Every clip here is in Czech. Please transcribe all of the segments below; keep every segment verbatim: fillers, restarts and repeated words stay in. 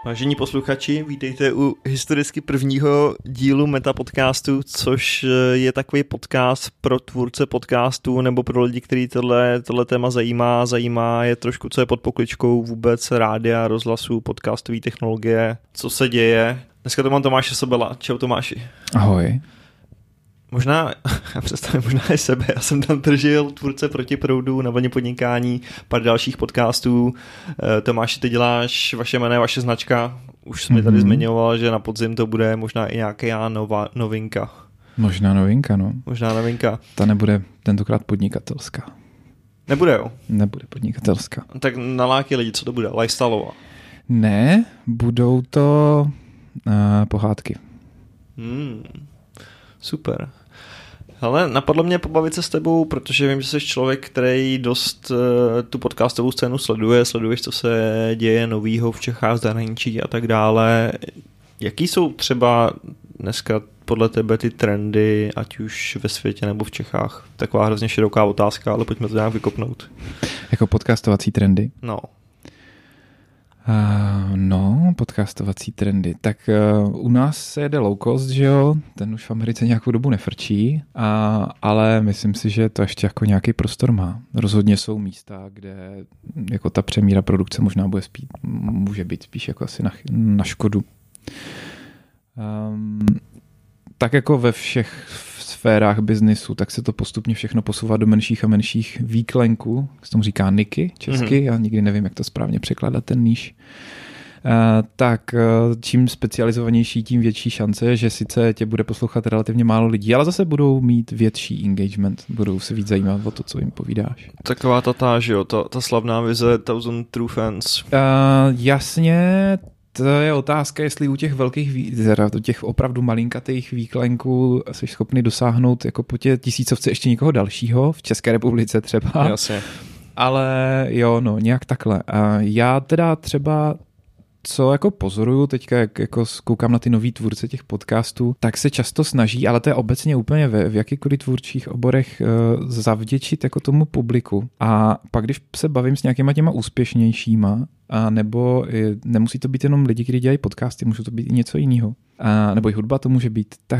Vážení posluchači, vítejte u historicky prvního dílu Metapodcastu, což je takový podcast pro tvůrce podcastů nebo pro lidi, který tohle, tohle téma zajímá. Zajímá je trošku, co je pod pokličkou vůbec rádia, rozhlasu, podcastové technologie, co se děje. Dneska to mám Tomáše Sobela. Čau Tomáši. Ahoj. Možná, já představím možná i sebe, já jsem tam držel tvůrce Protiproudu, Na vlně podnikání, pár dalších podcastů. Tomáši, ty děláš, vaše jméno je vaše značka, už jsme mm-hmm. tady zmiňoval, že na podzim to bude možná i nějaká nová novinka. Možná novinka, no. Možná novinka. Ta nebude tentokrát podnikatelská. Nebude, jo? Nebude podnikatelská. Tak naláky lidi, co to bude? Lifestyleová? Ne, budou to uh, pohádky. Hmm. Super. Hele, napadlo mě pobavit se s tebou, protože vím, že jsi člověk, který dost uh, tu podcastovou scénu sleduje, sleduješ, co se děje novýho v Čechách, v zahraničí a tak dále. Jaký jsou třeba dneska podle tebe ty trendy, ať už ve světě nebo v Čechách? Taková hrozně široká otázka, ale pojďme to nějak vykopnout. Jako podcastovací trendy? No. Uh, no, podcastovací trendy. Tak uh, u nás se jede low cost, že jo? Ten už v Americe nějakou dobu nefrčí, a, ale myslím si, že to ještě jako nějaký prostor má. Rozhodně jsou místa, kde jako ta přemíra produkce možná bude spíš, může být spíš jako asi na, na škodu. Um, tak jako ve všech sférách biznisu, tak se to postupně všechno posouvá do menších a menších výklenků, se tomu říká niky česky, mm-hmm. já nikdy nevím, jak to správně překládat ten níž. Uh, tak uh, čím specializovanější, tím větší šance, že sice tě bude poslouchat relativně málo lidí, ale zase budou mít větší engagement, budou se víc zajímat o to, co jim povídáš. Taková ta ta, že jo, ta, ta slavná vize Thousand True Fans. Uh, jasně, to je otázka, jestli u těch velkých, u těch opravdu malinkatých výklenků jsi schopný dosáhnout jako po tě tisícovce ještě někoho dalšího, v České republice třeba. Jasně. Ale jo, no, nějak takhle. A já teda třeba, co jako pozoruju teďka, jak jako koukám na ty nový tvůrce těch podcastů, tak se často snaží, ale to je obecně úplně ve, v jakýchkoliv tvůrčích oborech uh, zavděčit jako tomu publiku. A pak, když se bavím s nějakýma těma úspěšnějšíma, a nebo nemusí to být jenom lidi, kteří dělají podcasty, může to být i něco jiného. A nebo i hudba to může být. Tak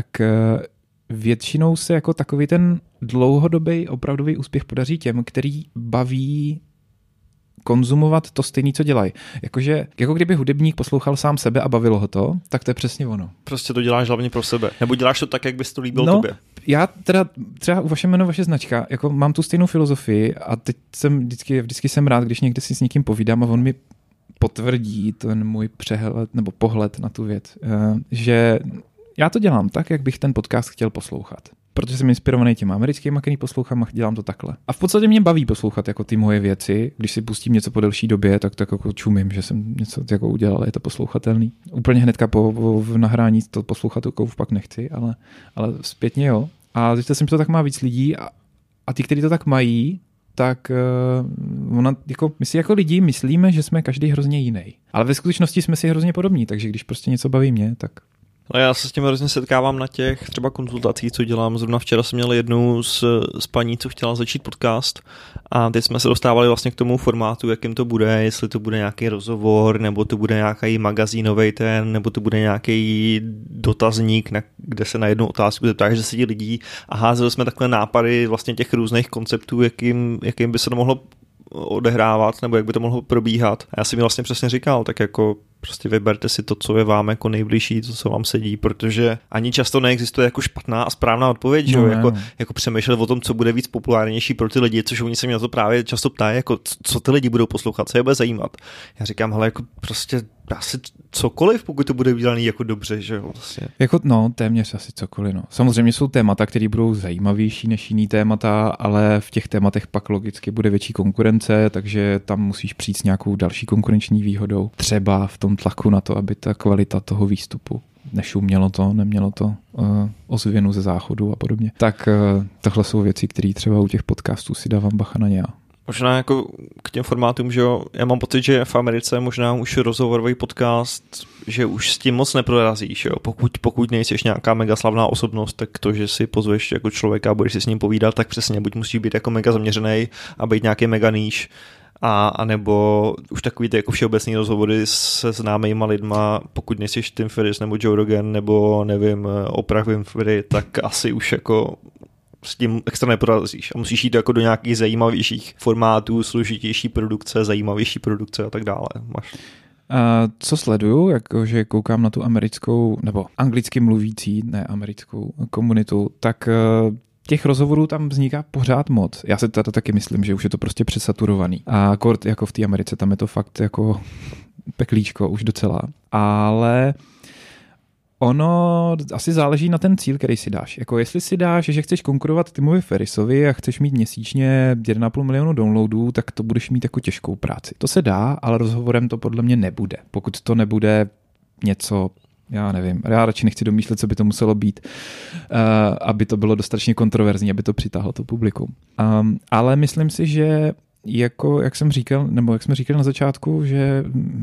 většinou se jako takový ten dlouhodobý opravdový úspěch podaří těm, který baví konzumovat to stejné, co dělají. Jakože, jako kdyby hudebník poslouchal sám sebe a bavilo ho to, tak to je přesně ono. Prostě to děláš hlavně pro sebe. Nebo děláš to tak, jak bys to líbil no, tobě. Já teda třeba u vaše jméno, vaše značka, jako mám tu stejnou filozofii a teď jsem vždycky, vždycky jsem rád, když někde si s někým povídám a on mi potvrdí ten můj přehled nebo pohled na tu věc, že já to dělám tak, jak bych ten podcast chtěl poslouchat. Protože jsem inspirovaný těma americkýma, který poslouchám a dělám to takhle. A v podstatě mě baví poslouchat jako ty moje věci. Když si pustím něco po delší době, tak tak jako čumím, že jsem něco jako udělal, je to poslouchatelný. Úplně hnedka po, po v nahrání to poslouchat už pak nechci, ale, ale zpětně jo. A zjistil jsem, že to tak má víc lidí a, a ty, kteří to tak mají, tak uh, ona, jako, my si jako lidi myslíme, že jsme každý hrozně jiný. Ale ve skutečnosti jsme si hrozně podobní, takže když prostě něco baví mě, tak... No já se s tím hrozně setkávám na těch třeba konzultacích, co dělám. Zrovna včera jsem měl jednu z, z paní, co chtěla začít podcast a teď jsme se dostávali vlastně k tomu formátu, jakým to bude, jestli to bude nějaký rozhovor, nebo to bude nějaký magazínový ten, nebo to bude nějaký dotazník, na, kde se na jednu otázku zeptáš, že sedí lidí a házeli jsme takhle nápady vlastně těch různých konceptů, jakým, jakým by se to mohlo odehrávat, nebo jak by to mohlo probíhat. A já jsem mi vlastně přesně říkal, tak jako prostě vyberte si to, co je vám jako nejbližší, to, co vám sedí, protože ani často neexistuje jako špatná a správná odpověď, no, že? Jako, jako přemýšlet o tom, co bude víc populárnější pro ty lidi, což oni se mě na to právě často ptají, jako co ty lidi budou poslouchat, co je bude zajímat. Já říkám, hele, jako prostě asi cokoliv, pokud to bude udělaný jako dobře, že jo, vlastně. Jako, no, téměř asi cokoliv, no. Samozřejmě jsou témata, které budou zajímavější než jiný témata, ale v těch tématech pak logicky bude větší konkurence, takže tam musíš přijít s nějakou další konkurenční výhodou. Třeba v tom tlaku na to, aby ta kvalita toho výstupu nešumělo to, nemělo to uh, ozvěnu ze záchodu a podobně. Tak uh, tohle jsou věci, které třeba u těch podcastů si dávám bacha na ně. Možná jako k těm formátům, že jo, já mám pocit, že v Americe možná už rozhovorový podcast, že už s tím moc neprorazíš, jo, pokud, pokud nejsiš nějaká mega slavná osobnost, tak to, že si pozveš jako člověka a budeš si s ním povídat, tak přesně buď musí být jako mega zaměřený a být nějaký mega níž, a, a nebo už takový ty jako všeobecný rozhovory se známýma lidma, pokud nejsi Tim Ferriss nebo Joe Rogan nebo nevím, Oprah Winfrey, tak asi už jako s tím extra neporazíš a musíš jít jako do nějakých zajímavějších formátů, složitější produkce, zajímavější produkce a tak dále. Máš... Uh, co sleduju, jakože koukám na tu americkou, nebo anglicky mluvící, ne americkou komunitu, tak uh, těch rozhovorů tam vzniká pořád moc. Já si to taky myslím, že už je to prostě přesaturovaný. A kort jako v té Americe, tam je to fakt jako peklíčko už docela. Ale ono asi záleží na ten cíl, který si dáš. Jako jestli si dáš, že chceš konkurovat Timovi Ferrissovi a chceš mít měsíčně jedna a půl milionu downloadů, tak to budeš mít jako těžkou práci. To se dá, ale rozhovorem to podle mě nebude. Pokud to nebude něco, já nevím, já radši nechci domýšlet, co by to muselo být, uh, aby to bylo dostatečně kontroverzní, aby to přitáhlo to publikum. Um, ale myslím si, že jako, jak jsem říkal, nebo jak jsme říkali na začátku, že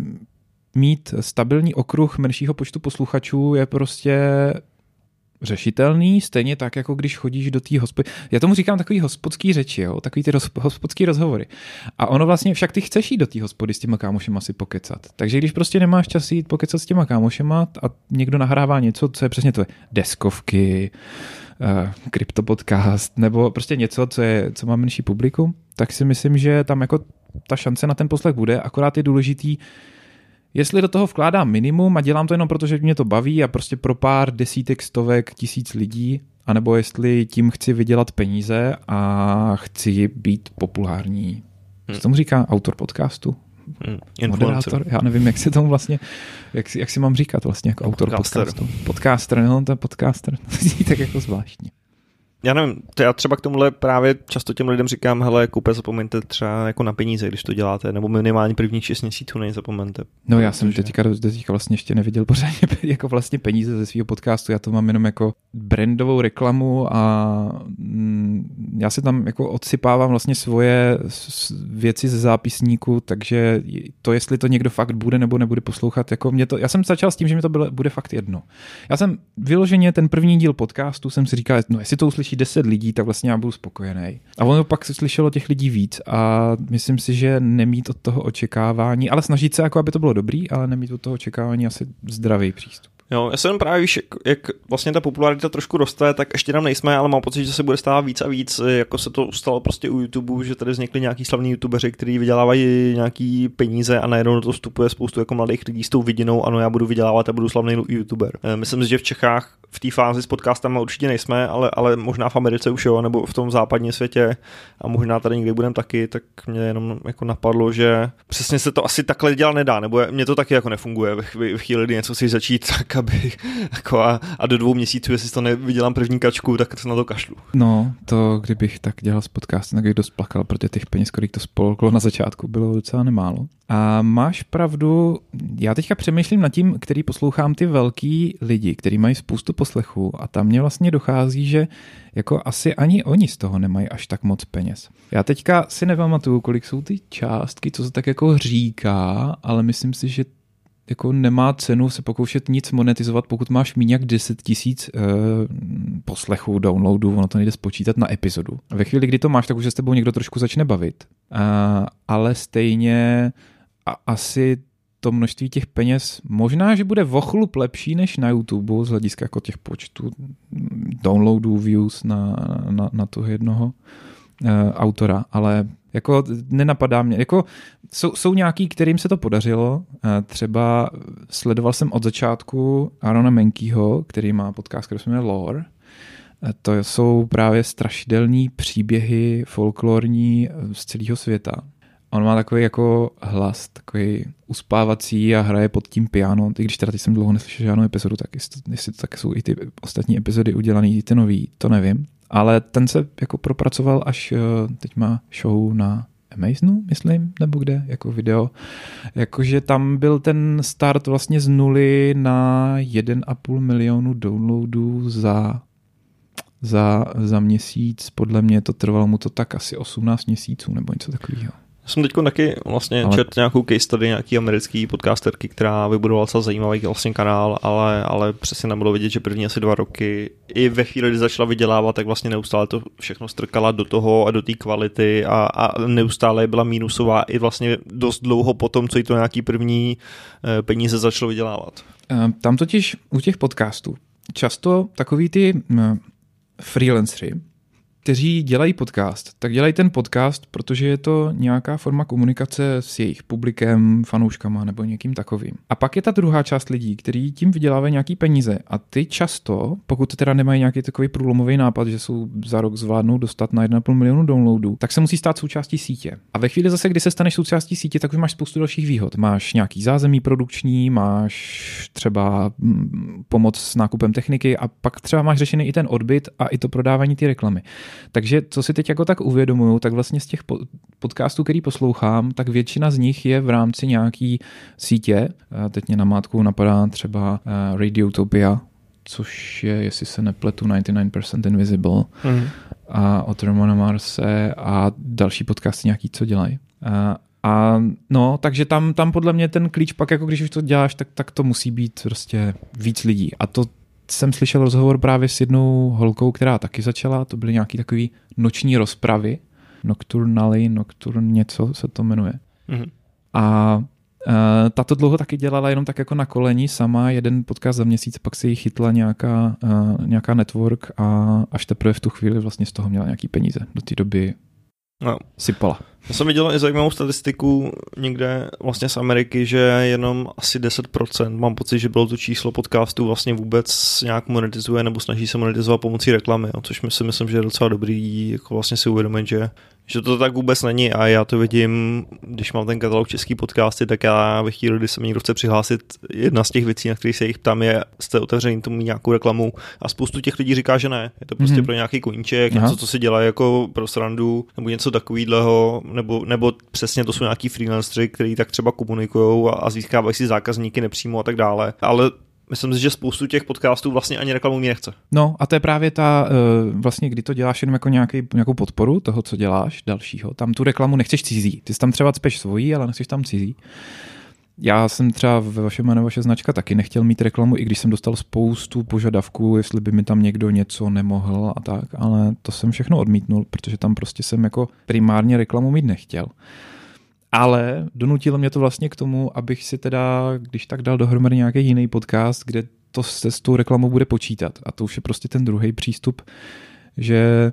mít stabilní okruh menšího počtu posluchačů je prostě řešitelný, stejně tak, jako když chodíš do té hospody. Já tomu říkám takový hospodský řeči, jo? Takový ty roz, hospodský rozhovory. A ono vlastně, však ty chceš jít do té hospody s těma kámošema si pokecat. Takže když prostě nemáš čas jít pokecat s těma kámošema a někdo nahrává něco, co je přesně to, deskovky, uh, kryptopodcast, nebo prostě něco, co, je, co má menší publikum, tak si myslím, že tam jako ta šance na ten poslech bude, akorát je důležitý, jestli do toho vkládám minimum a dělám to jenom proto, že mě to baví a prostě pro pár desítek, stovek, tisíc lidí, anebo jestli tím chci vydělat peníze a chci být populární. Hmm. Co tomu říká autor podcastu? Hmm. Moderátor? Já nevím, jak si tomu vlastně, jak, jak si mám říkat vlastně jako autor podcaster. podcastu. Podcaster, no to je podcaster. Tak jako zvláštně. Já nevím, to já třeba k tomuhle právě často těm lidem říkám, hele, kupe, zapomeňte třeba jako na peníze, když to děláte, nebo minimálně prvních šest měsíců nezapomeňte. No já jsem teďka, teďka vlastně ještě neviděl pořádně jako vlastně peníze ze svého podcastu, já to mám jenom jako brandovou reklamu a mm, já si tam jako odsypávám vlastně svoje věci ze zápisníku, takže to, jestli to někdo fakt bude nebo nebude poslouchat, jako mě to, já jsem začal s tím, že mi to bylo, bude fakt jedno. Já jsem vyloženě ten první díl podcastu jsem si říkal, no jestli to uslyší deset lidí, tak vlastně já budu spokojený. A ono pak se slyšelo těch lidí víc a myslím si, že nemít od toho očekávání, ale snažit se, jako aby to bylo dobrý, ale nemít od toho očekávání asi zdravý přístup. Jo, já se jen právě víš, jak, jak vlastně ta popularita trošku roste, tak ještě tam nejsme, ale mám pocit, že se bude stávat víc a víc, jako se to stalo prostě u YouTube, že tady vznikli nějaký slavní youtubeři, kteří vydělávají nějaký peníze a najednou do toho vstupuje spoustu jako mladých lidí s tou vidinou, ano, já budu vydělávat a budu slavný youtuber. Myslím si, že v Čechách v té fázi s podcastama určitě nejsme, ale, ale možná v Americe už jo, nebo v tom západním světě a možná tady někdy budeme taky, tak mě jenom jako napadlo, že přesně se to asi takhle dělat nedá, nebo mě to taky jako nefunguje ve chvíli, kdy něco chci začít, tak aby jako a, a do dvou měsíců, jestli to nevydělám první kačku, tak se na to kašlu. No, to kdybych tak dělal s podcastem, tak bych dost plakal, protože těch peněz, kolik to spolklo na začátku, bylo docela nemálo. A máš pravdu, já teďka přemýšlím nad tím, který poslouchám ty velký lidi, kteří mají spoustu poslechů a tam mě vlastně dochází, že jako asi ani oni z toho nemají až tak moc peněz. Já teďka si nepamatuju, kolik jsou ty částky, co se tak jako říká, ale myslím si, že jako nemá cenu se pokoušet nic monetizovat, pokud máš míň jak deset tisíc uh, poslechů, downloadů, ono to nejde spočítat na epizodu. Ve chvíli, kdy to máš, tak už se s tebou někdo trošku začne bavit. Uh, ale stejně a asi to množství těch peněz možná, že bude o chlup lepší než na YouTube z hlediska jako těch počtů downloadů, views na, na, na toho jednoho uh, autora, ale jako nenapadá mě, jako jsou, jsou nějaký, kterým se to podařilo, třeba sledoval jsem od začátku Arona Menkýho, který má podcast, který se jmenuje Lore, to jsou právě strašidelný příběhy folklorní z celého světa. On má takový jako hlas, takový uspávací a hraje pod tím piano, i když teda teď jsem dlouho neslyšel žádnou epizodu, tak jestli, jestli to tak jsou i ty ostatní epizody udělaný, i ty nový, to nevím. Ale ten se jako propracoval až teď má show na Amazonu, myslím, nebo kde, jako video. Jakože tam byl ten start vlastně z nuly na jeden a půl milionu downloadů za, za, za měsíc. Podle mě to trvalo mu to tak asi osmnáct měsíců nebo něco takového. Já jsem teď taky vlastně ale... čet nějakou case study nějaký americký podcasterky, která vybudovala celý zajímavý vlastně kanál, ale, ale přesně nebylo vidět, že první asi dva roky i ve chvíli, kdy začala vydělávat, tak vlastně neustále to všechno strkala do toho a do té kvality a, a neustále byla mínusová i vlastně dost dlouho potom, co jí to nějaký první peníze začalo vydělávat. Tam totiž u těch podcastů často takový ty freelanceri, kteří dělají podcast, tak dělají ten podcast, protože je to nějaká forma komunikace s jejich publikem, fanouškama nebo někým takovým. A pak je ta druhá část lidí, kteří tím vydělávají nějaký peníze a ty často, pokud teda nemají nějaký takový průlomový nápad, že jsou za rok zvládnou dostat na jedna celá pět milionu downloadů, tak se musí stát součástí sítě. A ve chvíli zase, kdy se staneš součástí sítě, tak už máš spoustu dalších výhod. Máš nějaký zázemí produkční, máš třeba pomoc s nákupem techniky a pak třeba máš řešený i ten odbyt a i to prodávání ty reklamy. Takže co si teď jako tak uvědomuju, tak vlastně z těch podcastů, který poslouchám, tak většina z nich je v rámci nějaký sítě. Teď mě namátkou napadá třeba Radiotopia, což je, jestli se nepletu, devadesát devět procent Invisible mm. a od Romana Marse a další podcasty nějaký, co dělají. A, a no, takže tam, tam podle mě ten klíč pak, jako když už to děláš, tak, tak to musí být prostě víc lidí. A to jsem slyšel rozhovor právě s jednou holkou, která taky začala, to byly nějaký takový noční rozpravy, Nocturnally, Nocturne něco se to jmenuje. Mm-hmm. A e, tato dlouho taky dělala jenom tak jako na koleni sama, jeden podcast za měsíc, pak se jí chytla nějaká, e, nějaká network a až teprve v tu chvíli vlastně z toho měla nějaký peníze. Do té doby no. sypala. Já jsem viděl i zajímavou statistiku někde vlastně z Ameriky, že jenom asi deset procent, mám pocit, že bylo to číslo podcastů vlastně vůbec nějak monetizuje nebo snaží se monetizovat pomocí reklamy, jo, což si myslím, že je docela dobrý jako vlastně si uvědomit, že, že to tak vůbec není a já to vidím, když mám ten katalog český podcasty, tak já ve chvíli, kdy se mi někdo chce přihlásit, jedna z těch věcí, na kterých se jich ptám, je, jste otevřený tomu nějakou reklamu a spoustu těch lidí říká, že ne, je to prostě mm-hmm. pro nějaký koníček, Aha. něco, co se dělá jako pro srandu nebo něco takového. Nebo, nebo přesně to jsou nějaký freelanceri, kteří tak třeba komunikujou a, a získávají si zákazníky nepřímo a tak dále. Ale myslím si, že spoustu těch podcastů vlastně ani reklamu mi nechce. No a to je právě ta, vlastně kdy to děláš jenom jako nějaký, nějakou podporu toho, co děláš dalšího. Tam tu reklamu nechceš cizí. Ty tam třeba cpeš svojí, ale nechceš tam cizí. Já jsem třeba ve vašem jménu vaše značka taky nechtěl mít reklamu, i když jsem dostal spoustu požadavků, jestli by mi tam někdo něco nemohl a tak, ale to jsem všechno odmítnul, protože tam prostě jsem jako primárně reklamu mít nechtěl. Ale donutilo mě to vlastně k tomu, abych si teda, když tak dal dohromady nějaký jiný podcast, kde to se s tou reklamou bude počítat. A to už je prostě ten druhý přístup, že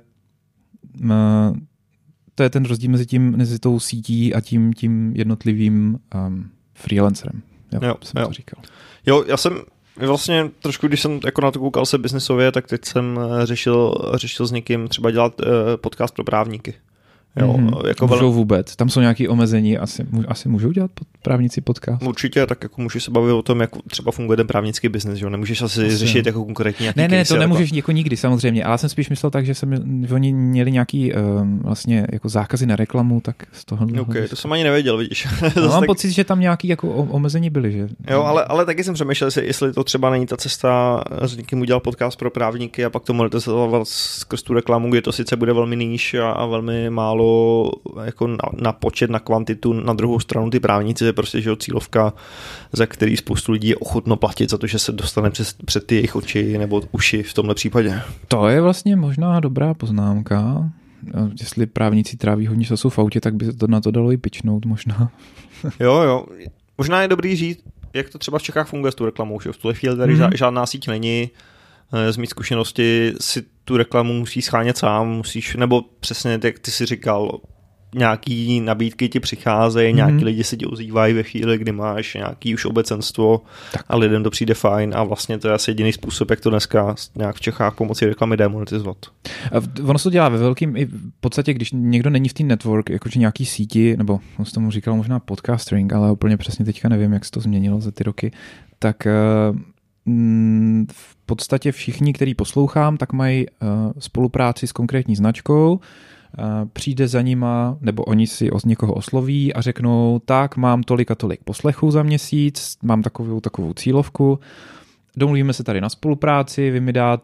to je ten rozdíl mezi tím, mezi tou sítí a tím, tím jednotlivým um, freelancerem. Jo, jo, jsem jo. to říkal. Jo, já jsem vlastně trošku, když jsem jako na to koukal se biznisově, tak teď jsem řešil, řešil s někým třeba dělat uh, podcast pro právníky. Jo, mm-hmm. jako můžou velmi... vůbec. Tam jsou nějaké omezení, asi, asi můžou dělat pod, právníci podcast? Určitě, tak jako můžeš se bavit o tom, jak třeba funguje ten právnický biznis, že jo? Nemůžeš asi, asi řešit jako konkrétně nějaký Ne, ne, case, to nemůžeš jako... jako nikdy, samozřejmě, ale já jsem spíš myslel tak, že, jsem, že oni měli nějaký um, vlastně jako zákazy na reklamu, tak z toho... Ok, to jsem ani nevěděl, vidíš. No, mám tak... pocit, že tam nějaký jako omezení byly, že... Jo, ale, ale taky jsem přemýšlel, jestli to třeba není ta cesta s někým udělat podcast pro právníky a pak to monetizovat skrz tu reklamu, kde to sice bude velmi níž a, a velmi málo jako na, na počet, na kvantitu, na druhou stranu ty právníci je prostě, že jo, cílovka, za který spoustu lidí je ochotno platit za to, že se dostane přes, před ty jejich oči nebo uši v tomhle případě. To je vlastně možná dobrá poznámka. Jestli právníci tráví hodně času v autě, tak by to na to dalo i pičnout možná. Jo, jo. Možná je dobrý říct, jak to třeba v Čechách funguje s tou reklamou, že v tuhle chvíli tady mm-hmm. žádná síť není. Z mých zkušenosti si tu reklamu musíš schánět sám, musíš, nebo přesně, jak ty si říkal, nějaký nabídky ti přicházejí, mm-hmm. nějaký lidi se ti ozývají ve chvíli, kdy máš nějaký už obecenstvo tak. a lidem to přijde fajn a vlastně to je asi jediný způsob, jak to dneska nějak v Čechách pomocí reklamy demonetizovat. Ono se to dělá ve velkým, i v podstatě, když někdo není v té network, jakože nějaký síti, nebo on se tomu říkal možná podcastering, ale úplně přesně teďka nevím, jak se to změnilo za ty roky, tak mm, v podstatě všichni, který poslouchám, tak mají uh, spolupráci s konkrétní značkou, přijde za nima, nebo oni si od někoho osloví a řeknou, tak mám tolik a tolik poslechů za měsíc, mám takovou takovou cílovku, domluvíme se tady na spolupráci, vy mi dáte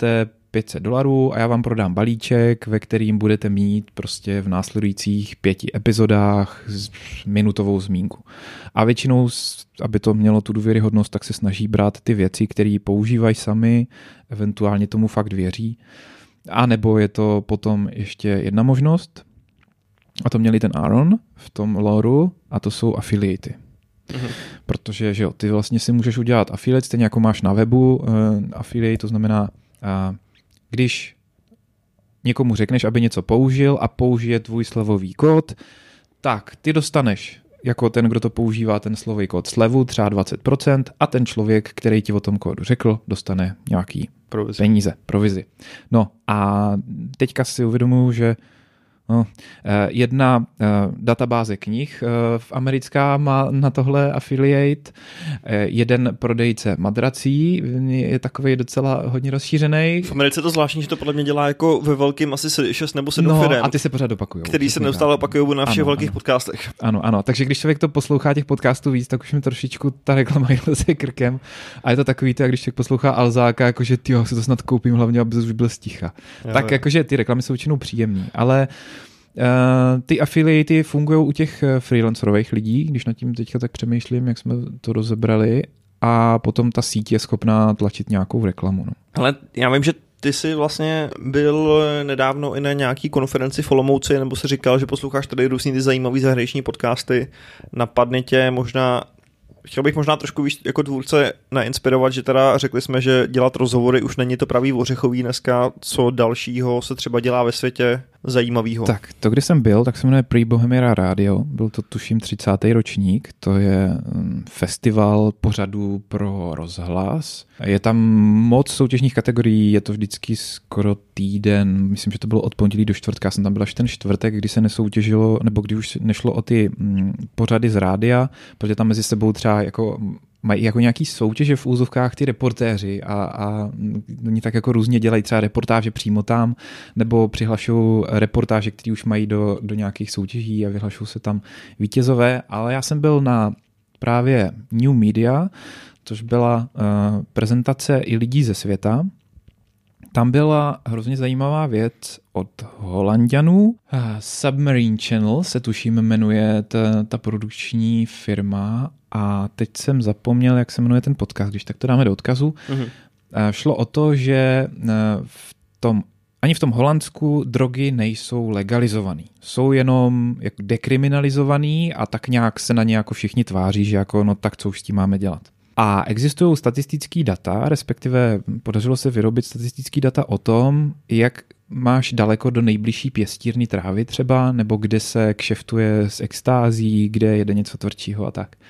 pět set dolarů a já vám prodám balíček, ve kterým budete mít prostě v následujících pěti epizodách minutovou zmínku. A většinou, aby to mělo tu důvěryhodnost, tak se snaží brát ty věci, které používají sami, eventuálně tomu fakt věří. A nebo je to potom ještě jedna možnost, a to měli ten Aaron v tom loru, a to jsou affiliaty. Mm-hmm. Protože že jo, ty vlastně si můžeš udělat affiliate, stejně jako máš na webu uh, affiliate, to znamená, uh, když někomu řekneš, aby něco použil a použije tvůj slevový kód, tak ty dostaneš jako ten, kdo to používá, ten slovový kód slevu, třeba dvacet procent, a ten člověk, který ti o tom kódu řekl, dostane nějaký provizi. peníze, provizi. No a teďka si uvědomuji, že no, jedna databáze knih v americká má na tohle affiliate, jeden prodejce madrací je takový docela hodně rozšířený. V Americe je to zvláštní, že to podle mě dělá jako ve velkým asi šest nebo sedm no, firem. A ty se pořád opakujou. Který se neustále opakují na všech ano, velkých ano. podcastech. Ano, ano, takže když člověk to poslouchá těch podcastů víc, tak už mi trošičku ta reklama jde krkem. A je to takový to, jak když člověk poslouchá Alzáka, jakože ty jo, si to snad koupím, hlavně aby už byl sticha. Jo, tak jo. Jakože ty reklamy jsou většinou příjemný, ale Uh, ty affiliaty fungují u těch freelancerových lidí, když nad tím teďka tak přemýšlím, jak jsme to rozebrali, a potom ta síť je schopná tlačit nějakou reklamu. No. Ale já vím, že ty jsi vlastně byl nedávno i na nějaký konferenci v Olomouci, nebo jsi říkal, že posloucháš tady různý ty zajímavý zahraniční podcasty. Napadne tě možná, chtěl bych možná trošku víc jako tvůrce nainspirovat, že teda řekli jsme, že dělat rozhovory už není to pravý ořechový dneska, co dalšího se třeba dělá ve světě zajímavého. Tak to, kde jsem byl, tak se jmenuje Pre-Bohemia Radio, byl to tuším třicátý ročník, to je festival pořadů pro rozhlas. Je tam moc soutěžních kategorií, je to vždycky skoro týden, myslím, že to bylo od pondělí do čtvrtka, já jsem tam byl až ten čtvrtek, kdy se nesoutěžilo, nebo kdy už nešlo o ty mm, pořady z rádia, protože tam mezi sebou třeba jako mají jako nějaký soutěže v úzovkách ty reportéři a, a oni tak jako různě dělají třeba reportáže přímo tam, nebo přihlašují reportáže, které už mají do, do nějakých soutěží a vyhlašují se tam vítězové, ale já jsem byl na právě New Media, což byla uh, prezentace i lidí ze světa. Tam byla hrozně zajímavá věc od Holanďanů. Submarine Channel se tuším jmenuje ta, ta produkční firma a teď jsem zapomněl, jak se jmenuje ten podcast, když tak to dáme do odkazu. Mm-hmm. Šlo o to, že v tom, ani v tom Holandsku drogy nejsou legalizovaný. Jsou jenom jako dekriminalizovaný a tak nějak se na ně jako všichni tváří, že jako no tak co už s tím máme dělat. A existují statistický data, respektive podařilo se vyrobit statistický data o tom, jak máš daleko do nejbližší pěstírny trávy třeba, nebo kde se kšeftuje s extází, kde jede něco tvrdšího a tak.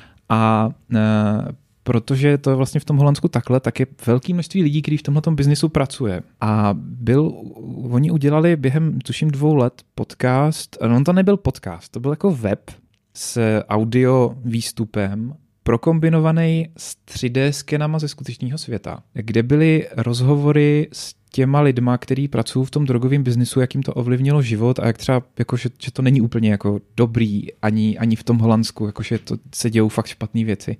A e, protože to je vlastně v tom Holandsku takhle, tak je velké množství lidí, kteří v tomhletom biznisu pracuje. A byl, oni udělali během, tuším, dvou let podcast, no on to nebyl podcast, to byl jako web s audio výstupem, prokombinovaný s tři dé skenama ze skutečného světa, kde byly rozhovory s těma lidma, kteří pracují v tom drogovém biznisu, jak jim to ovlivnilo život a jak třeba, jako, že, že to není úplně jako dobrý ani, ani v tom Holandsku, jakože to se dějou fakt špatné věci.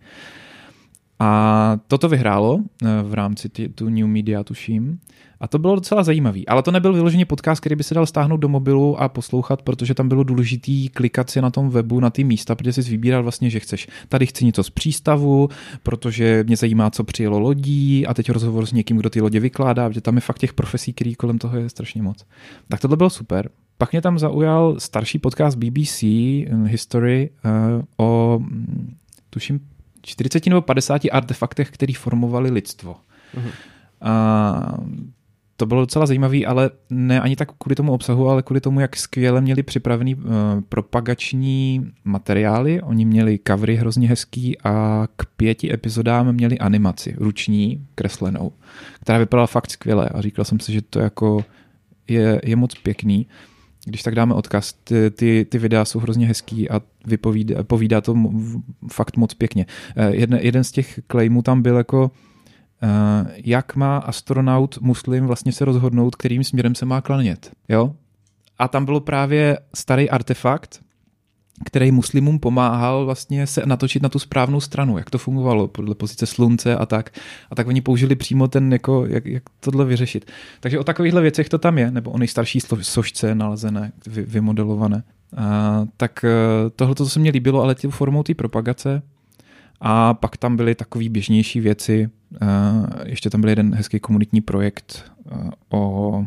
A toto vyhrálo v rámci ty, tu New Media, tuším. A to bylo docela zajímavý. Ale to nebyl vyloženě podcast, který by se dal stáhnout do mobilu a poslouchat, protože tam bylo důležitý klikat si na tom webu na ty místa, protože jsi vybíral vlastně, že chceš. Tady chci něco z přístavu, protože mě zajímá, co přijelo lodí a teď rozhovor s někým, kdo ty lodě vykládá, protože tam je fakt těch profesí, který kolem toho je strašně moc. Tak tohle bylo super. Pak mě tam zaujal starší podcast B B C History uh, o, tuším, čtyřicet nebo padesát artefaktech, které formovaly lidstvo. Uh-huh. A to bylo docela zajímavý, ale ne ani tak kvůli tomu obsahu, ale kvůli tomu, jak skvěle měli připravený uh, propagační materiály. Oni měli covery hrozně hezký a k pěti epizodám měli animaci, ruční, kreslenou, která vypadala fakt skvěle a říkal jsem si, že to jako je, je moc pěkný. Když tak dáme odkaz, ty, ty, ty videa jsou hrozně hezký a vypovídá, povídá to fakt moc pěkně. Jeden, jeden z těch claimů tam byl jako Uh, jak má astronaut muslim vlastně se rozhodnout, kterým směrem se má klanět. Jo? A tam bylo právě starý artefakt, který muslimům pomáhal vlastně se natočit na tu správnou stranu, jak to fungovalo podle pozice slunce a tak. A tak oni použili přímo ten, jako, jak, jak tohle vyřešit. Takže o takovýchhle věcech to tam je, nebo o nejstarší sošce nalezené, vy, vymodelované. A, tak tohle to se mně líbilo, ale tím formou té propagace. A pak tam byly takový běžnější věci. A ještě tam byl jeden hezký komunitní projekt o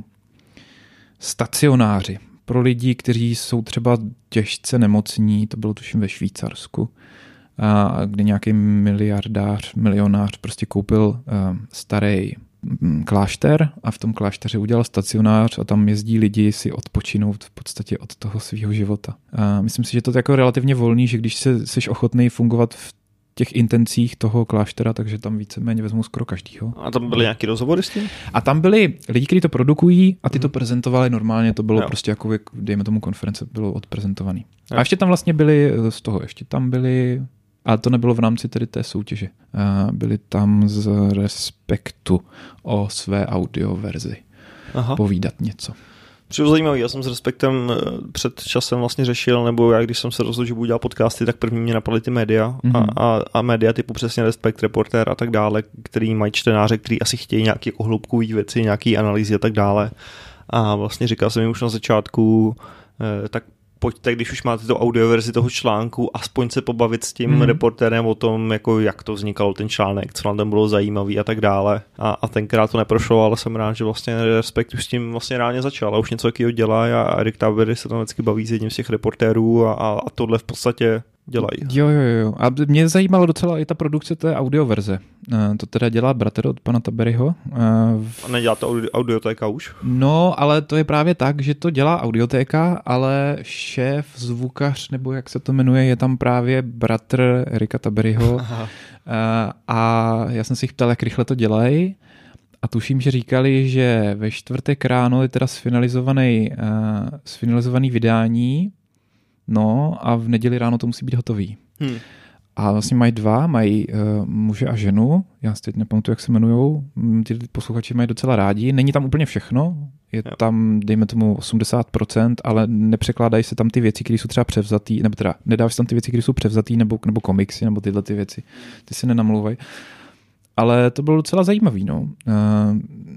stacionáři pro lidi, kteří jsou třeba těžce nemocní, to bylo tuším ve Švýcarsku, a kde nějaký miliardář, milionář prostě koupil uh, starý klášter a v tom klášteře udělal stacionář a tam jezdí lidi si odpočinout v podstatě od toho svého života. A myslím si, že to je jako relativně volný, že když se, jsi ochotný fungovat v těch intencích toho kláštera, takže tam víceméně vezmou skoro každýho. A tam byly nějaký rozhovory s tím? A tam byli lidi, kteří to produkují a ty to prezentovali normálně, to bylo jo. prostě jako, dejme tomu konference, bylo odprezentovaný. Jo. A ještě tam vlastně byli z toho, ještě tam byli, ale to nebylo v rámci tedy té soutěže, byli tam z Respektu o své audio verzi Aha. povídat něco. Přijde zajímavý, já jsem s Respektem před časem vlastně řešil, nebo já když jsem se rozhodl, že budu dělat podcasty, tak první mě napadly ty média mm-hmm. a, a, a média typu přesně Respekt, Reportér a tak dále, který mají čtenáře, který asi chtějí nějaké hloubkové věci, nějaké analýzy a tak dále. A vlastně říkal jsem jim už na začátku, eh, tak pojďte, když už máte to audioverzi toho článku, aspoň se pobavit s tím mm. reportérem o tom, jako jak to vznikalo ten článek, co nám tam bylo zajímavý a tak dále. A, a tenkrát to neprošlo, ale jsem rád, že vlastně Respekt už s tím vlastně reálně začal a už něco jakýho dělá a Erik Tabery se tam vždycky baví s jedním z těch reportérů a, a tohle v podstatě dělají. Jo, jo, jo. A mě zajímalo docela i ta produkce té audioverze. To teda dělá bratr od pana Taberyho. A nedělá to audi- audiotéka už? No, ale to je právě tak, že to dělá audiotéka, ale šéf, zvukař, nebo jak se to jmenuje, je tam právě bratr Erika Taberyho. A já jsem si jich ptal, jak rychle to dělají. A tuším, že říkali, že ve čtvrtek ráno je teda sfinalizovaný, sfinalizovaný vydání. No a v neděli ráno to musí být hotový. Hmm. A vlastně mají dva, mají uh, muže a ženu, já si teď nepamatuju, jak se jmenujou, ty posluchači mají docela rádi, není tam úplně všechno, je jo. tam, dejme tomu osmdesát procent, ale nepřekládají se tam ty věci, které jsou třeba převzatý, nebo teda nedávají se tam ty věci, které jsou převzatý, nebo, nebo komiksy, nebo tyhle ty věci, ty se nenamlouvají. Ale to bylo docela zajímavý, no. Uh,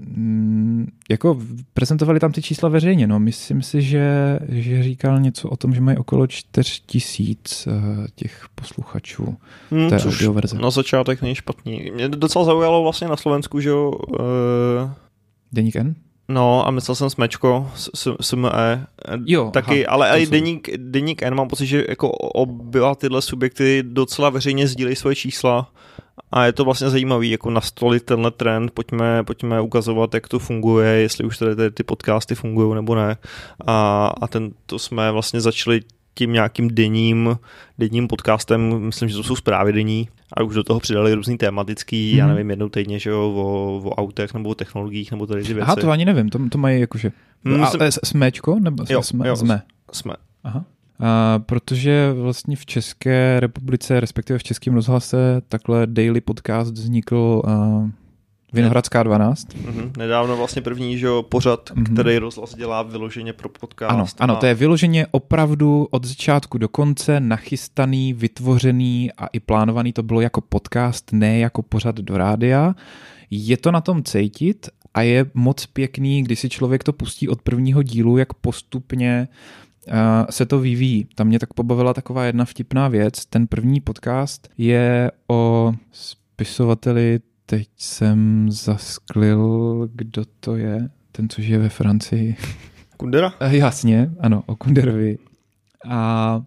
mm, jako prezentovali tam ty čísla veřejně, no. Myslím si, že, že říkal něco o tom, že mají okolo čtyři tisíc uh, těch posluchačů hmm, té audioverze. Na začátek není špatný. Mě docela zaujalo vlastně na Slovensku, že jo... Uh... Deník N? No a myslel jsem Smečko, S M E, jo, taky, aha, ale i deník, deník N, mám pocit, že jako oba tyhle subjekty docela veřejně sdílejí svoje čísla a je to vlastně zajímavý, jako nastolit tenhle trend, pojďme, pojďme ukazovat, jak to funguje, jestli už tady ty podcasty fungují nebo ne a, a ten, to jsme vlastně začali tím nějakým denním, denním podcastem, myslím, že to jsou zprávy denní, a už do toho přidali různý tematický, mm. já nevím, jednou týdně, že jo, o, o autech nebo o technologiích nebo tady ty věci. Aha, to ani nevím, to, to mají jakože. Mm, a, jsem... Smečko? Nebo jo, jsme? Jo, jsme. jsme. Aha. A protože vlastně v České republice, respektive v Českém rozhlase, takhle daily podcast vznikl uh, Vinohradská dvanáct. Mm-hmm. Nedávno vlastně první, že jo, pořad, mm-hmm. který rozhlas dělá vyloženě pro podcast. Ano, ano, to je vyloženě opravdu od začátku do konce nachystaný, vytvořený a i plánovaný. To bylo jako podcast, ne jako pořad do rádia. Je to na tom cítit a je moc pěkný, když si člověk to pustí od prvního dílu, jak postupně uh, se to vyvíjí. Tam mě tak pobavila taková jedna vtipná věc. Ten první podcast je o spisovateli. Teď jsem zasklil, kdo to je, ten, co žije ve Francii. Kundera? Jasně, ano, o Kunderovi. A, a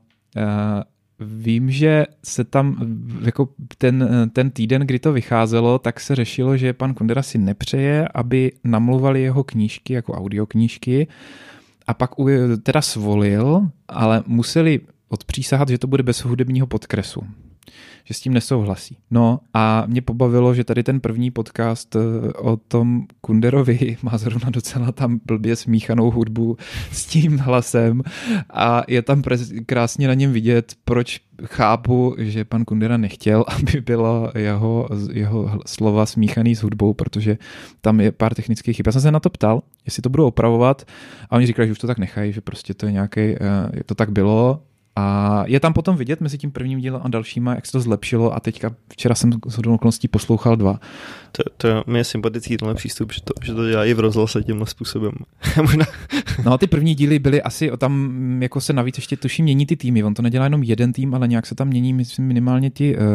vím, že se tam, jako ten, ten týden, kdy to vycházelo, tak se řešilo, že pan Kundera si nepřeje, aby namluvali jeho knížky jako audioknížky a pak teda svolil, ale museli odpřísahat, že to bude bez hudebního podkresu. Že s tím nesouhlasí. No a mě pobavilo, že tady ten první podcast o tom Kunderovi má zrovna docela tam blbě smíchanou hudbu s tím hlasem a je tam prez- krásně na něm vidět, proč chápu, že pan Kundera nechtěl, aby byla jeho, jeho slova smíchaný s hudbou, protože tam je pár technických chyb. Já jsem se na to ptal, jestli to budou opravovat a oni říkali, že už to tak nechají, že prostě to je nějaký, to tak bylo. A je tam potom vidět mezi tím prvním dílem a dalšíma, jak se to zlepšilo a teďka včera jsem shodou okolností poslouchal dva. To, to mi je sympatický tenhle přístup, že to, že to dělají v rozhlase tímhle způsobem. Možná. No ty první díly byly asi, tam jako se navíc ještě tuším mění ty týmy, on to nedělá jenom jeden tým, ale nějak se tam mění, myslím minimálně ti, uh,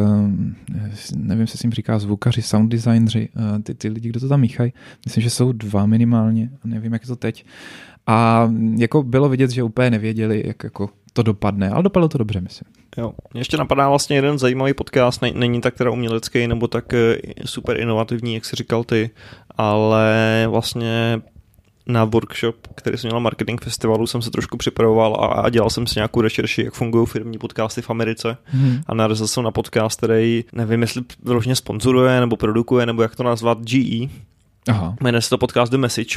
nevím, se s jim říká zvukaři, sound designři, uh, ty, ty lidi, kdo to tam míchají, myslím, že jsou dva minimálně, nevím, jak je to teď. A jako bylo vidět, že úplně nevěděli, jak jako to dopadne, ale dopadlo to dobře, myslím. Jo. Mě ještě napadá vlastně jeden zajímavý podcast, není tak teda umělecký nebo tak super inovativní, jak jsi říkal ty, ale vlastně na workshop, který jsem měl na Marketing Festivalu, jsem se trošku připravoval a, a dělal jsem si nějakou rešerši, jak fungují firmní podcasty v Americe hmm. a narazil jsem na podcast, který nevím, jestli vyloženě sponzoruje nebo produkuje, nebo jak to nazvat, G E. Aha. Jmenuje se to podcast The Message.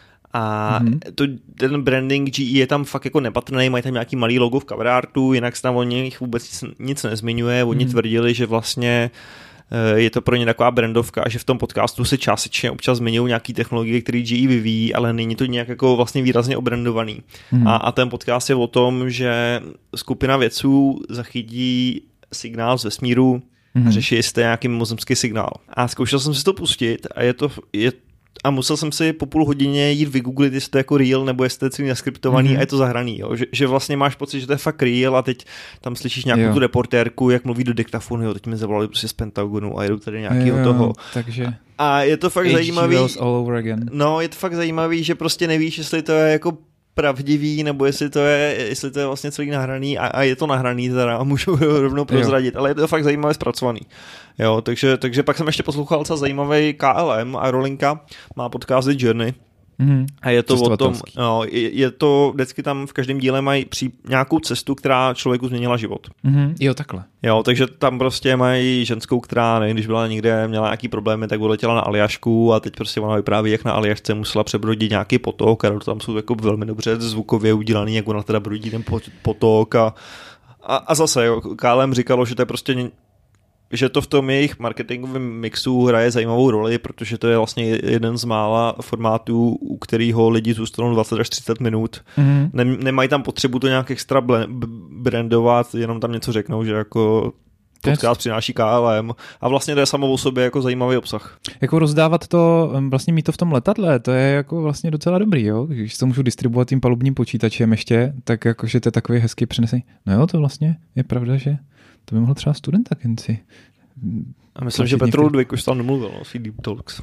A mm-hmm. to, ten branding G E je tam fakt jako nepatrný, mají tam nějaký malý logo v cover artu, jinak se tam o nich vůbec nic, nic nezmiňuje. Oni mm-hmm. tvrdili, že vlastně je to pro ně taková brandovka a že v tom podcastu se částečně občas zmiňují nějaký technologie, které G E vyvíjí, ale není to nějak jako vlastně výrazně obrandovaný. Mm-hmm. A, a ten podcast je o tom, že skupina vědců zachytí signál z vesmíru mm-hmm. a řeší, jestli to je nějaký mimozemský signál. A zkoušel jsem si to pustit a je to... Je A musel jsem si po půl hodině jít vygooglit, jestli to je jako real, nebo jestli to je celý naskriptovaný mm-hmm. a je to zahraný. Jo? Že, že vlastně máš pocit, že to je fakt real a teď tam slyšíš nějakou jo. tu reportérku, jak mluví do diktafonu, jo, teď mi zavolali prostě z Pentagonu a jedu tady nějakého jo, toho. Takže... A je to fakt zajímavý. All over again. No, je to fakt zajímavý, že prostě nevíš, jestli to je jako pravdivý, nebo jestli to je, jestli to je vlastně celý nahraný a, a je to nahraný teda a můžu rovnou prozradit, jo. ale je to fakt zajímavě zpracovaný. Jo, takže, takže pak jsem ještě poslouchal docela zajímavý K L M a Rolinka má podcast The Journey. Mm-hmm. A je to o tom, no, je, je to, vždycky tam v každém díle mají při, nějakou cestu, která člověku změnila život. Mm-hmm. Jo, takhle. Jo, takže tam prostě mají ženskou, která, nevím, když byla někde, měla nějaký problémy, tak odletěla na Aljašku a teď prostě ona vypráví, jak na Aljašce musela přebrodit nějaký potok a tam jsou jako velmi dobře zvukově udělaný, jak ona teda brodí ten potok a, a, a zase, jo, K L M říkalo, že to je prostě že to v tom jejich marketingovém mixu hraje zajímavou roli, protože to je vlastně jeden z mála formátů, u kterého lidi zůstanou dvacet až třicet minut. Mm-hmm. Nem, nemají tam potřebu to nějak extra brandovat, jenom tam něco řeknou, že jako podcast přináší K L M a vlastně to je samo o sobě jako zajímavý obsah. Jako rozdávat to, vlastně mít to v tom letadle, to je jako vlastně docela dobrý, jo? Když to můžu distribuovat tím palubním počítačem ještě, tak jakože to je takový hezký přenesení. No jo, to vlastně je pravda, že to by mohl třeba student agenci. A myslím, že Petr Ludvík už tam nemluvil, no, v Deep Talks.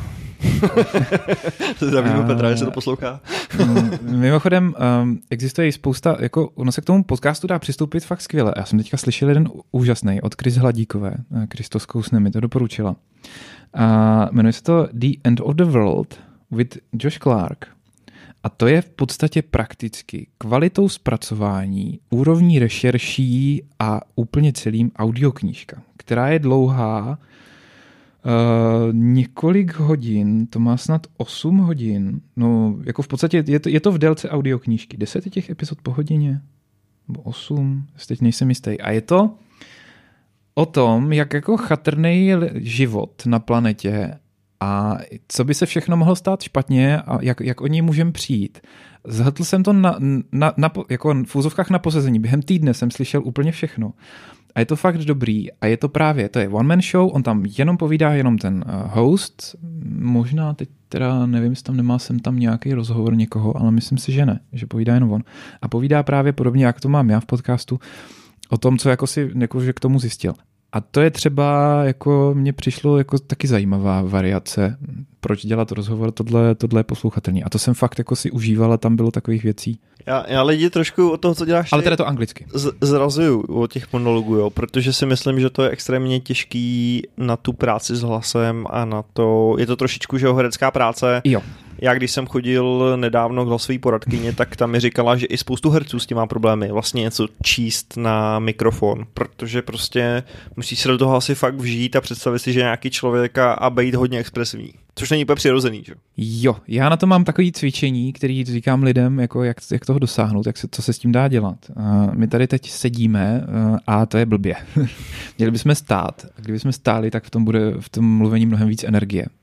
Zdravíme Petra, jestli to poslouchá. Mimochodem, um, existuje i spousta, jako ono se k tomu podcastu dá přistoupit fakt skvěle. Já jsem teďka slyšel jeden úžasný od Chris Hladíkové, Kristos Kousne mi to doporučila. A jmenuje se to The End of the World with Josh Clark. A to je v podstatě prakticky kvalitou zpracování, úrovní rešerší a úplně celým audioknížka, která je dlouhá uh, několik hodin, to má snad osm hodin, no jako v podstatě je to, je to v délce audioknížky, deset těch epizod po hodině, nebo osm, teď nejsem jistý. A je to o tom, jak jako chatrný život na planetě a co by se všechno mohlo stát špatně a jak, jak o něj můžeme přijít. Zhltl jsem to na, na, na, jako v úzovkách na posezení. Během týdne jsem slyšel úplně všechno. A je to fakt dobrý. A je to právě, to je one man show, on tam jenom povídá, jenom ten host. Možná teď teda nevím, jestli tam nemá sem tam nějaký rozhovor někoho, ale myslím si, že ne, že povídá jenom on. A povídá právě podobně, jak to mám já v podcastu, o tom, co jako si jako, že k tomu zjistil. A to je třeba, jako mně přišlo jako taky zajímavá variace, proč dělat rozhovor, tohle, tohle je poslouchatelný. A to jsem fakt jako si užíval a tam bylo takových věcí. Já, já lidi trošku o toho, co děláš, ale teda to anglicky. Z, zrazuju od těch monologů, jo, protože si myslím, že to je extrémně těžký na tu práci s hlasem a na to, je to trošičku, že herecká práce. Jo. Já když jsem chodil nedávno k hlasové poradkyni, tak tam mi říkala, že i spoustu herců s tím má problémy vlastně něco číst na mikrofon, protože prostě musíš se do toho asi fakt vžít a představit si, že nějaký člověk a, a být hodně expresivní. Což není úplně přirozený, že? Jo, já na to mám takový cvičení, který říkám lidem, jako jak, jak toho dosáhnout, jak se, co se s tím dá dělat. Uh, my tady teď sedíme uh, a to je blbě. Měli bychom stát. A kdybychom stáli, tak v tom bude v tom mluvení mnohem víc energie.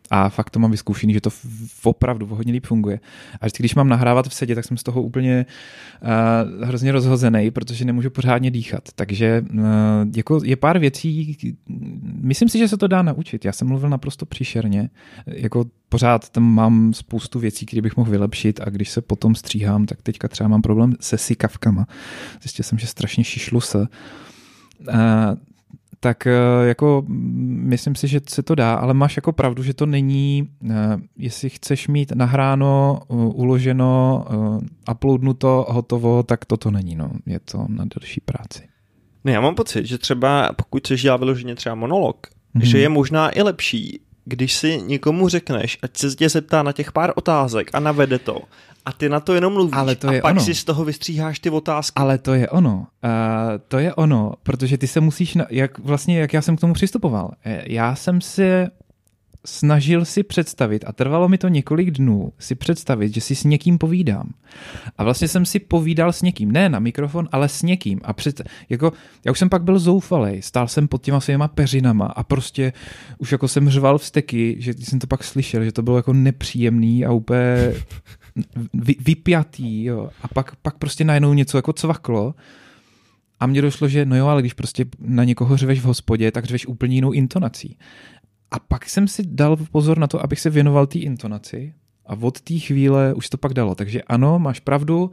A fakt to mám vyzkoušený, že to opravdu hodně líp funguje. A vždycky, když mám nahrávat v sedě, tak jsem z toho úplně uh, hrozně rozhozený, protože nemůžu pořádně dýchat. Takže uh, jako je pár věcí, myslím si, že se to dá naučit. Já jsem mluvil naprosto příšerně. Jako pořád tam mám spoustu věcí, které bych mohl vylepšit a když se potom stříhám, tak teďka třeba mám problém se sykavkama. Zjistil jsem, že strašně šišlu se. Uh, tak jako myslím si, že se to dá, ale máš jako pravdu, že to není, jestli chceš mít nahráno, uloženo, uploadnuto, hotovo, tak toto není, no. Je to na delší práci. No já mám pocit, že třeba pokud chceš dělat vyloženě třeba monolog, mm-hmm. že je možná i lepší, když si někomu řekneš, ať se tě zeptá na těch pár otázek a navede to. A ty na to jenom mluvíš ale to a je pak ono. si z toho vystříháš ty otázky. Ale to je ono. Uh, to je ono, protože ty se musíš, na, jak vlastně, jak já jsem k tomu přistupoval. Já jsem si snažil si představit a trvalo mi to několik dnů si představit, že si s někým povídám. A vlastně jsem si povídal s někým, ne na mikrofon, ale s někým. A před, jako, já už jsem pak byl zoufalej, stál jsem pod těma svýma peřinama a prostě už jako jsem řval vzteky, že jsem to pak slyšel, že to bylo jako nepříjemný a úplně vy, vypjatý, jo. A pak, pak prostě najednou něco jako cvaklo a mně došlo, že no jo, ale když prostě na někoho řveš v hospodě, tak řveš úplně jinou intonací. A pak jsem si dal pozor na to, abych se věnoval té intonaci a od té chvíle už to pak dalo. Takže ano, máš pravdu.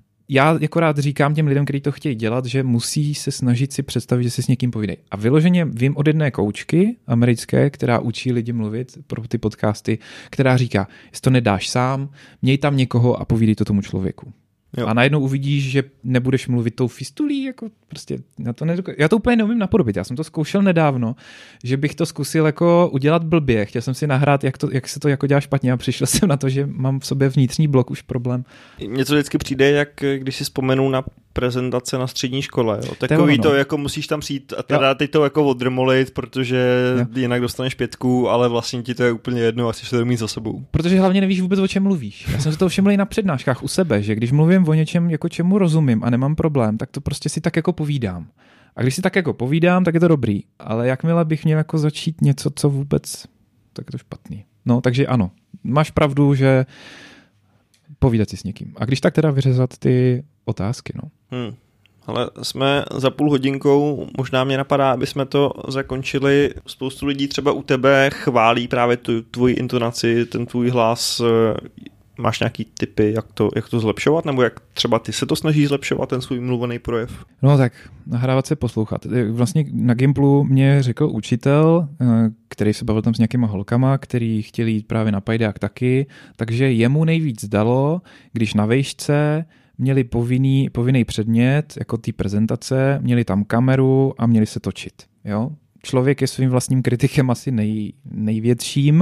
Já jako rád říkám těm lidem, kteří to chtějí dělat, že musí se snažit si představit, že si s někým povídají. A vyloženě vím od jedné koučky americké, která učí lidi mluvit pro ty podcasty, která říká, jestli to nedáš sám, měj tam někoho a povídej to tomu člověku. Jo. A najednou uvidíš, že nebudeš mluvit tou fistulí, jako prostě já to, nedokážu, já to úplně neumím napodobit. Já jsem to zkoušel nedávno, že bych to zkusil jako udělat blbě. Chtěl jsem si nahrát, jak, to, jak se to jako dělá špatně a přišel jsem na to, že mám v sobě vnitřní blok už problém. Mně to vždycky přijde, jak když si vzpomenu na prezentace na střední škole. Jo. Takový to, to jako musíš tam přijít a teda teď to jako odrmolit, protože jo. jinak dostaneš pětku, ale vlastně ti to je úplně jedno a chceš to mít za sebou. Protože hlavně nevíš vůbec, o čem mluvíš. Já jsem si to všiml i na přednáškách u sebe, že když mluvím o něčem, jako čemu rozumím a nemám problém, tak to prostě si tak jako povídám. A když si tak jako povídám, tak je to dobrý. Ale jakmile bych měl jako začít něco, co vůbec, tak je to špatný. No, takže ano, máš pravdu, že povídat si s někým. A když tak teda vyřezat ty otázky, no. Hmm. Ale jsme za půl hodinkou, možná mě napadá, aby jsme to zakončili. Spoustu lidí třeba u tebe chválí právě tu tvoji intonaci, ten tvůj hlas. Máš nějaký tipy, jak to, jak to zlepšovat? Nebo jak třeba ty se to snažíš zlepšovat, ten svůj mluvený projev? No tak, nahrávat se, poslouchat. Vlastně na Gimplu mě řekl učitel, který se bavil tam s nějakýma holkama, který chtěli jít právě na pajdák taky, takže jemu nejvíc dalo, když na vejšce měli povinný, povinný předmět, jako té prezentace, měli tam kameru a měli se točit. Jo? Člověk je svým vlastním kritikem asi nej, největším,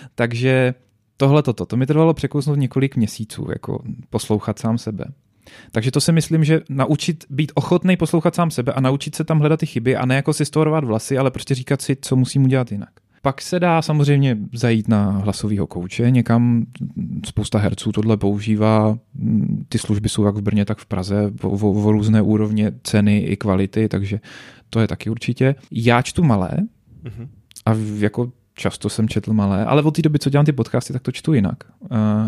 takže tohle toto, to mi trvalo překousnout několik měsíců, jako poslouchat sám sebe. Takže to si myslím, že naučit být ochotnej poslouchat sám sebe a naučit se tam hledat ty chyby a ne jako si storovat vlasy, ale prostě říkat si, co musím udělat jinak. Pak se dá samozřejmě zajít na hlasovýho kouče, někam spousta herců tohle používá, ty služby jsou jak v Brně, tak v Praze, o, o, o různé úrovně ceny i kvality, takže to je taky určitě. Já čtu malé mm-hmm. a jako často jsem četl malé, ale od té doby, co dělám ty podcasty, tak to čtu jinak. Uh,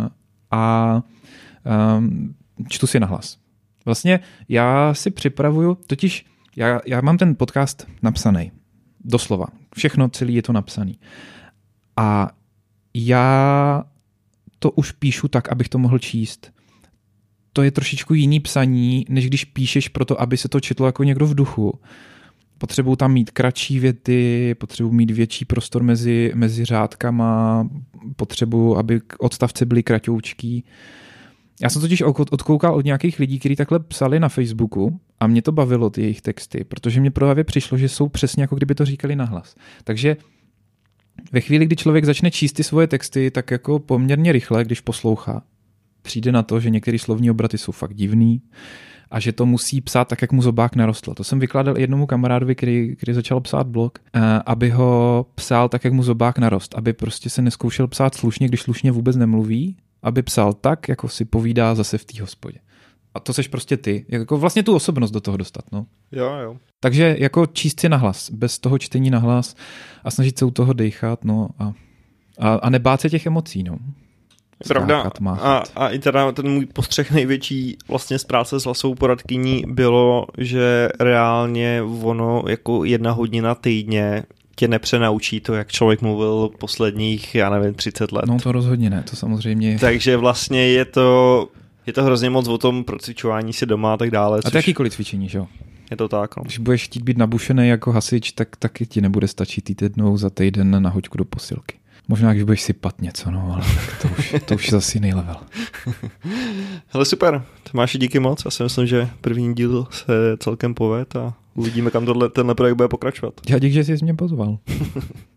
a um, čtu si nahlas. Vlastně já si připravuju, totiž já, já mám ten podcast napsaný. Doslova. Všechno celý je to napsaný. A já to už píšu tak, abych to mohl číst. To je trošičku jiný psaní, než když píšeš proto, aby se to četlo jako někdo v duchu. Potřebuji tam mít kratší věty, potřebuji mít větší prostor mezi, mezi řádkama, potřebuji, aby odstavce byly kratoučký. Já jsem totiž odkoukal od nějakých lidí, kteří takhle psali na Facebooku a mě to bavilo, ty jejich texty, protože mě právě přišlo, že jsou přesně jako kdyby to říkali nahlas. Takže ve chvíli, kdy člověk začne číst ty svoje texty, tak jako poměrně rychle, když poslouchá, přijde na to, že některé slovní obraty jsou fakt divný a že to musí psát tak, jak mu zobák narostl. To jsem vykládal jednomu kamarádovi, který, který začal psát blog, aby ho psal tak, jak mu zobák narost, aby prostě se neskoušel psát slušně, když slušně vůbec nemluví, aby psal tak, jako si povídá zase v té hospodě. A to seš prostě ty. Jako vlastně tu osobnost do toho dostat. No. Jo, jo. Takže jako číst si nahlas, bez toho čtení nahlas a snažit se u toho dejchat, no a A, a nebát se těch emocí, no. Pravda. Skákat, A, a i teda ten můj postřeh největší vlastně z práce s Lasou poradkyní bylo, že reálně ono jako jedna hodina týdně tě nepřenaučí to, jak člověk mluvil posledních, já nevím, třicet let. No to rozhodně ne, to samozřejmě. Takže vlastně je to, je to hrozně moc o tom procvičování si doma a tak dále. A to jakýkoliv cvičení, že jo? Je to tak, no. Když budeš chtít být nabušený jako hasič, tak taky ti nebude stačit jít jednou za týden na hoďku do posilky. Možná, když budeš sypat něco, no, ale to už, to už je zase jiný level. Hele, super, Tomáši, díky moc. Já si myslím, že první díl se celkem poved a uvidíme, kam tohle, tenhle projekt bude pokračovat. Já dík, že jsi mě pozval.